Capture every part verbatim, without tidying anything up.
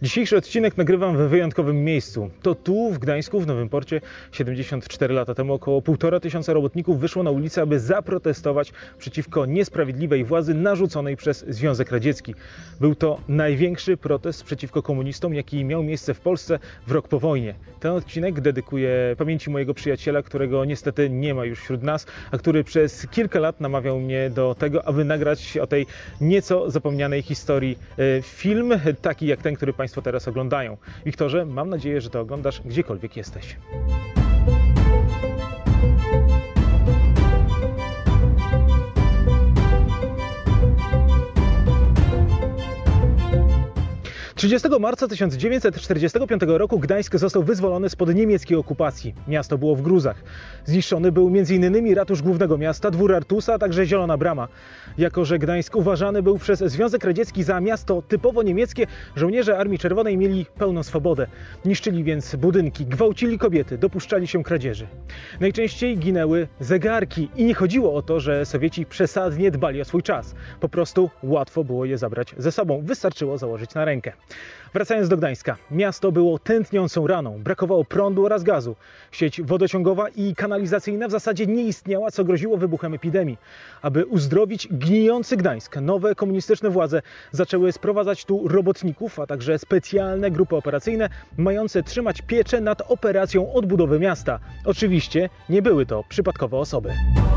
Dzisiejszy odcinek nagrywam w wyjątkowym miejscu. To tu, w Gdańsku, w Nowym Porcie, siedemdziesiąt cztery lata temu około półtora tysiąca robotników wyszło na ulicę, aby zaprotestować przeciwko niesprawiedliwej władzy narzuconej przez Związek Radziecki. Był to największy protest przeciwko komunistom, jaki miał miejsce w Polsce w rok po wojnie. Ten odcinek dedykuję pamięci mojego przyjaciela, którego niestety nie ma już wśród nas, a który przez kilka lat namawiał mnie do tego, aby nagrać o tej nieco zapomnianej historii film, taki jak ten, który Państwo teraz oglądają. Wiktorze, mam nadzieję, że to oglądasz gdziekolwiek jesteś. trzydziestego marca tysiąc dziewięćset czterdziestego piątego roku Gdańsk został wyzwolony spod niemieckiej okupacji. Miasto było w gruzach. Zniszczony był między innymi ratusz głównego miasta, dwór Artusa, a także Zielona Brama. Jako że Gdańsk uważany był przez Związek Radziecki za miasto typowo niemieckie, żołnierze Armii Czerwonej mieli pełną swobodę. Niszczyli więc budynki, gwałcili kobiety, dopuszczali się kradzieży. Najczęściej ginęły zegarki i nie chodziło o to, że Sowieci przesadnie dbali o swój czas. Po prostu łatwo było je zabrać ze sobą. Wystarczyło założyć na rękę. Wracając do Gdańska, miasto było tętniącą raną, brakowało prądu oraz gazu. Sieć wodociągowa i kanalizacyjna w zasadzie nie istniała, co groziło wybuchem epidemii. Aby uzdrowić gnijący Gdańsk, nowe komunistyczne władze zaczęły sprowadzać tu robotników, a także specjalne grupy operacyjne, mające trzymać pieczę nad operacją odbudowy miasta. Oczywiście nie były to przypadkowe osoby.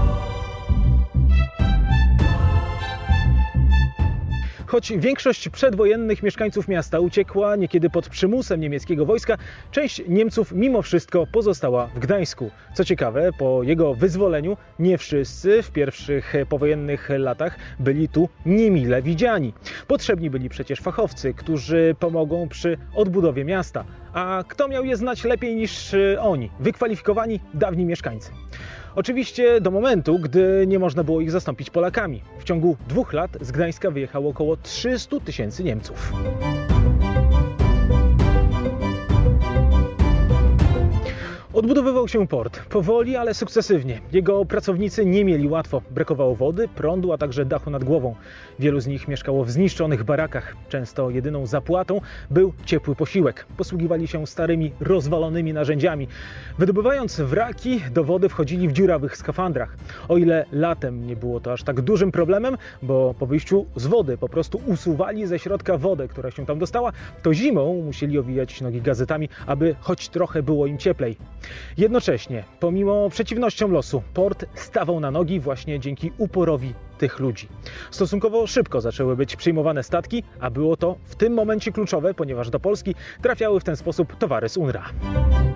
Choć większość przedwojennych mieszkańców miasta uciekła niekiedy pod przymusem niemieckiego wojska, część Niemców mimo wszystko pozostała w Gdańsku. Co ciekawe, po jego wyzwoleniu nie wszyscy w pierwszych powojennych latach byli tu niemile widziani. Potrzebni byli przecież fachowcy, którzy pomogą przy odbudowie miasta. A kto miał je znać lepiej niż oni? Wykwalifikowani dawni mieszkańcy. Oczywiście do momentu, gdy nie można było ich zastąpić Polakami. W ciągu dwóch lat z Gdańska wyjechało około trzystu tysięcy Niemców. Odbudowywał się port. Powoli, ale sukcesywnie. Jego pracownicy nie mieli łatwo. Brakowało wody, prądu, a także dachu nad głową. Wielu z nich mieszkało w zniszczonych barakach. Często jedyną zapłatą był ciepły posiłek. Posługiwali się starymi, rozwalonymi narzędziami. Wydobywając wraki, do wody wchodzili w dziurawych skafandrach. O ile latem nie było to aż tak dużym problemem, bo po wyjściu z wody po prostu usuwali ze środka wodę, która się tam dostała, to zimą musieli owijać nogi gazetami, aby choć trochę było im cieplej. Jednocześnie, pomimo przeciwnościom losu, port stawał na nogi właśnie dzięki uporowi tych ludzi. Stosunkowo szybko zaczęły być przyjmowane statki, a było to w tym momencie kluczowe, ponieważ do Polski trafiały w ten sposób towary z U N R A.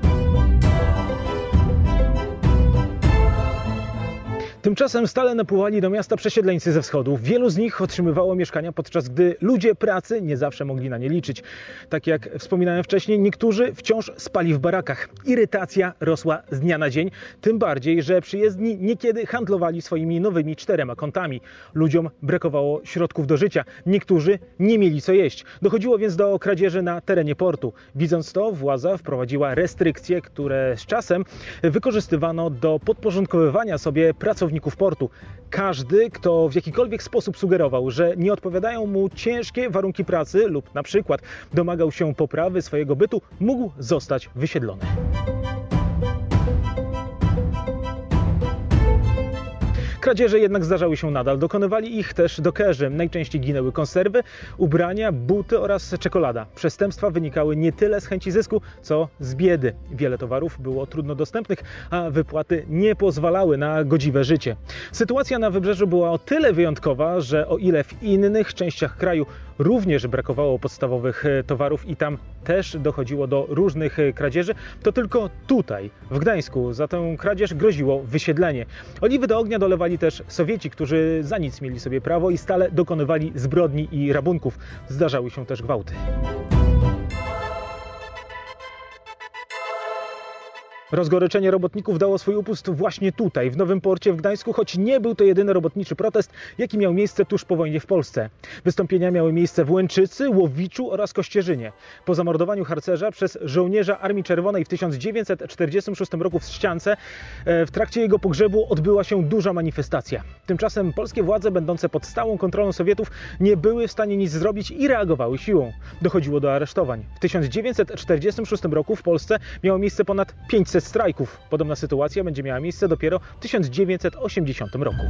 Tymczasem stale napływali do miasta przesiedleńcy ze wschodu. Wielu z nich otrzymywało mieszkania, podczas gdy ludzie pracy nie zawsze mogli na nie liczyć. Tak jak wspominałem wcześniej, niektórzy wciąż spali w barakach. Irytacja rosła z dnia na dzień, tym bardziej, że przyjezdni niekiedy handlowali swoimi nowymi czterema kontami. Ludziom brakowało środków do życia. Niektórzy nie mieli co jeść. Dochodziło więc do kradzieży na terenie portu. Widząc to, władza wprowadziła restrykcje, które z czasem wykorzystywano do podporządkowywania sobie pracowników portu. Każdy, kto w jakikolwiek sposób sugerował, że nie odpowiadają mu ciężkie warunki pracy lub na przykład domagał się poprawy swojego bytu, mógł zostać wysiedlony. Kradzieże jednak zdarzały się nadal. Dokonywali ich też dokerzy. Najczęściej ginęły konserwy, ubrania, buty oraz czekolada. Przestępstwa wynikały nie tyle z chęci zysku, co z biedy. Wiele towarów było trudno dostępnych, a wypłaty nie pozwalały na godziwe życie. Sytuacja na wybrzeżu była o tyle wyjątkowa, że o ile w innych częściach kraju również brakowało podstawowych towarów i tam też dochodziło do różnych kradzieży, to tylko tutaj, w Gdańsku, za tę kradzież groziło wysiedlenie. Oliwy do ognia dolewali też Sowieci, którzy za nic mieli sobie prawo i stale dokonywali zbrodni i rabunków. Zdarzały się też gwałty. Rozgoryczenie robotników dało swój upust właśnie tutaj, w Nowym Porcie w Gdańsku, choć nie był to jedyny robotniczy protest, jaki miał miejsce tuż po wojnie w Polsce. Wystąpienia miały miejsce w Łęczycy, Łowiczu oraz Kościerzynie. Po zamordowaniu harcerza przez żołnierza Armii Czerwonej w tysiąc dziewięćset czterdziestym szóstym roku w Trzciance, w trakcie jego pogrzebu odbyła się duża manifestacja. Tymczasem polskie władze, będące pod stałą kontrolą Sowietów, nie były w stanie nic zrobić i reagowały siłą. Dochodziło do aresztowań. W tysiąc dziewięćset czterdziestym szóstym roku w Polsce miało miejsce ponad pięćset strajków. Podobna sytuacja będzie miała miejsce dopiero w tysiąc dziewięćset osiemdziesiątym roku.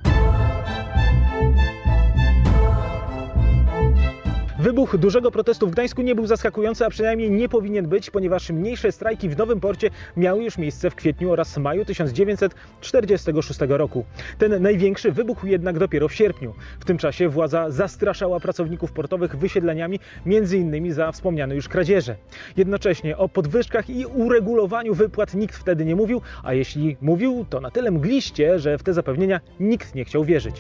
Wybuch dużego protestu w Gdańsku nie był zaskakujący, a przynajmniej nie powinien być, ponieważ mniejsze strajki w Nowym Porcie miały już miejsce w kwietniu oraz maju tysiąc dziewięćset czterdziestego szóstego roku. Ten największy wybuchł jednak dopiero w sierpniu. W tym czasie władza zastraszała pracowników portowych wysiedleniami, między innymi za wspomniane już kradzieże. Jednocześnie o podwyżkach i uregulowaniu wypłat nikt wtedy nie mówił, a jeśli mówił, to na tyle mgliście, że w te zapewnienia nikt nie chciał wierzyć.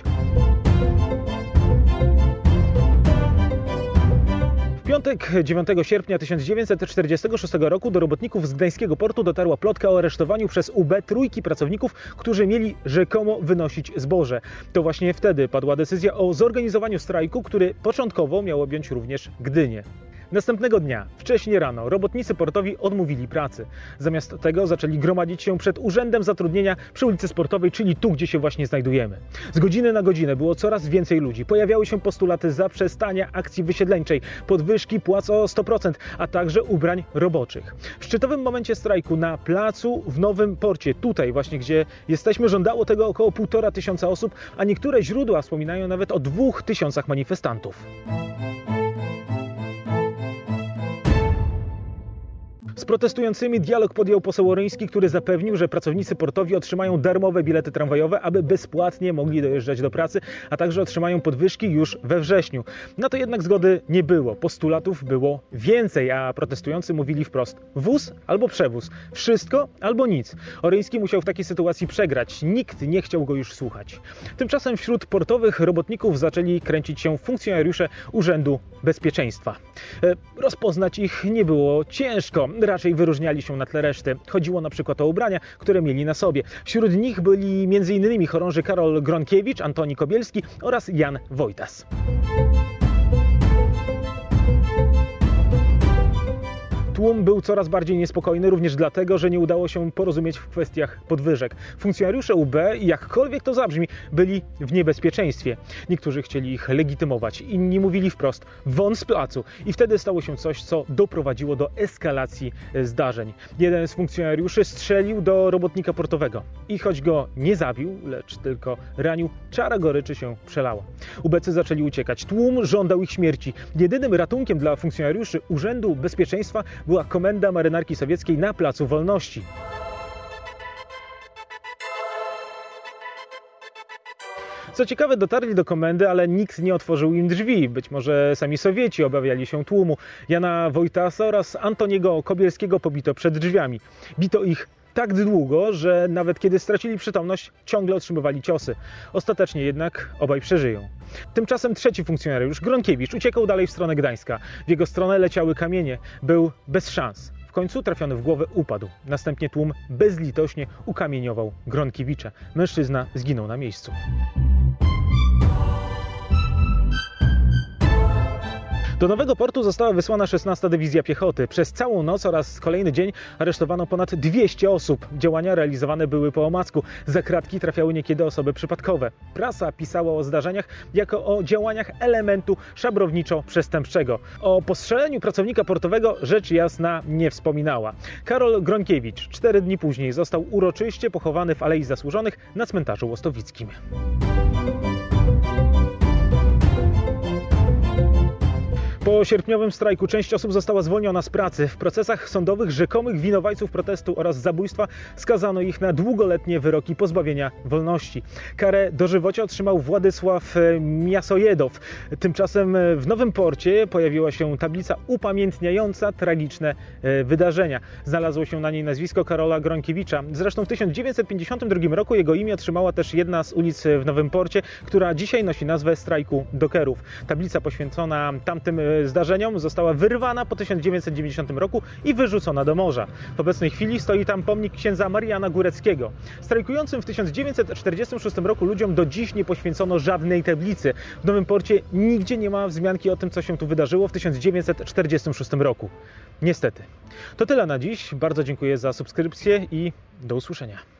W piątek dziewiątego sierpnia tysiąc dziewięćset czterdziestego szóstego roku do robotników z gdańskiego portu dotarła plotka o aresztowaniu przez U B trójki pracowników, którzy mieli rzekomo wynosić zboże. To właśnie wtedy padła decyzja o zorganizowaniu strajku, który początkowo miał objąć również Gdynię. Następnego dnia, wcześnie rano, robotnicy portowi odmówili pracy. Zamiast tego zaczęli gromadzić się przed Urzędem Zatrudnienia przy ulicy Sportowej, czyli tu, gdzie się właśnie znajdujemy. Z godziny na godzinę było coraz więcej ludzi. Pojawiały się postulaty zaprzestania akcji wysiedleńczej, podwyżki płac o sto procent, a także ubrań roboczych. W szczytowym momencie strajku na placu w Nowym Porcie, tutaj właśnie, gdzie jesteśmy, żądało tego około półtora tysiąca osób, a niektóre źródła wspominają nawet o dwóch tysiącach manifestantów. Z protestującymi dialog podjął poseł Oryński, który zapewnił, że pracownicy portowi otrzymają darmowe bilety tramwajowe, aby bezpłatnie mogli dojeżdżać do pracy, a także otrzymają podwyżki już we wrześniu. Na to jednak zgody nie było. Postulatów było więcej, a protestujący mówili wprost: wóz albo przewóz. Wszystko albo nic. Oryński musiał w takiej sytuacji przegrać. Nikt nie chciał go już słuchać. Tymczasem wśród portowych robotników zaczęli kręcić się funkcjonariusze Urzędu Bezpieczeństwa. Rozpoznać ich nie było ciężko. Raczej wyróżniali się na tle reszty. Chodziło na przykład o ubrania, które mieli na sobie. Wśród nich byli między innymi chorąży Karol Gronkiewicz, Antoni Kobielski oraz Jan Wojtas. Tłum był coraz bardziej niespokojny, również dlatego, że nie udało się porozumieć w kwestiach podwyżek. Funkcjonariusze U B, jakkolwiek to zabrzmi, byli w niebezpieczeństwie. Niektórzy chcieli ich legitymować, inni mówili wprost: won z placu. I wtedy stało się coś, co doprowadziło do eskalacji zdarzeń. Jeden z funkcjonariuszy strzelił do robotnika portowego. I choć go nie zabił, lecz tylko ranił, czara goryczy się przelała. ubecy zaczęli uciekać. Tłum żądał ich śmierci. Jedynym ratunkiem dla funkcjonariuszy Urzędu Bezpieczeństwa była komenda marynarki sowieckiej na Placu Wolności. Co ciekawe, dotarli do komendy, ale nikt nie otworzył im drzwi. Być może sami Sowieci obawiali się tłumu. Jana Wojtasa oraz Antoniego Kobielskiego pobito przed drzwiami. Bito ich tak długo, że nawet kiedy stracili przytomność, ciągle otrzymywali ciosy. Ostatecznie jednak obaj przeżyją. Tymczasem trzeci funkcjonariusz, Gronkiewicz, uciekał dalej w stronę Gdańska. W jego stronę leciały kamienie. Był bez szans. W końcu trafiony w głowę upadł. Następnie tłum bezlitośnie ukamieniował Gronkiewicza. Mężczyzna zginął na miejscu. Do Nowego Portu została wysłana szesnasta Dywizja Piechoty. Przez całą noc oraz kolejny dzień aresztowano ponad dwieście osób. Działania realizowane były po omacku. Za kratki trafiały niekiedy osoby przypadkowe. Prasa pisała o zdarzeniach jako o działaniach elementu szabrowniczo-przestępczego. O postrzeleniu pracownika portowego rzecz jasna nie wspominała. Karol Gronkiewicz cztery dni później został uroczyście pochowany w Alei Zasłużonych na cmentarzu łostowickim. Po sierpniowym strajku część osób została zwolniona z pracy. W procesach sądowych rzekomych winowajców protestu oraz zabójstwa skazano ich na długoletnie wyroki pozbawienia wolności. Karę dożywocia otrzymał Władysław Miasojedow. Tymczasem w Nowym Porcie pojawiła się tablica upamiętniająca tragiczne wydarzenia. Znalazło się na niej nazwisko Karola Gronkiewicza. Zresztą w tysiąc dziewięćset pięćdziesiątym drugim roku jego imię otrzymała też jedna z ulic w Nowym Porcie, która dzisiaj nosi nazwę Strajku Dokerów. Tablica poświęcona tamtym zdarzeniom zdarzeniom została wyrwana po tysiąc dziewięćset dziewięćdziesiątym roku i wyrzucona do morza. W obecnej chwili stoi tam pomnik księdza Mariana Góreckiego. Strajkującym w tysiąc dziewięćset czterdziestym szóstym roku ludziom do dziś nie poświęcono żadnej tablicy. W Nowym Porcie nigdzie nie ma wzmianki o tym, co się tu wydarzyło w tysiąc dziewięćset czterdziestym szóstym roku. Niestety. To tyle na dziś. Bardzo dziękuję za subskrypcję i do usłyszenia.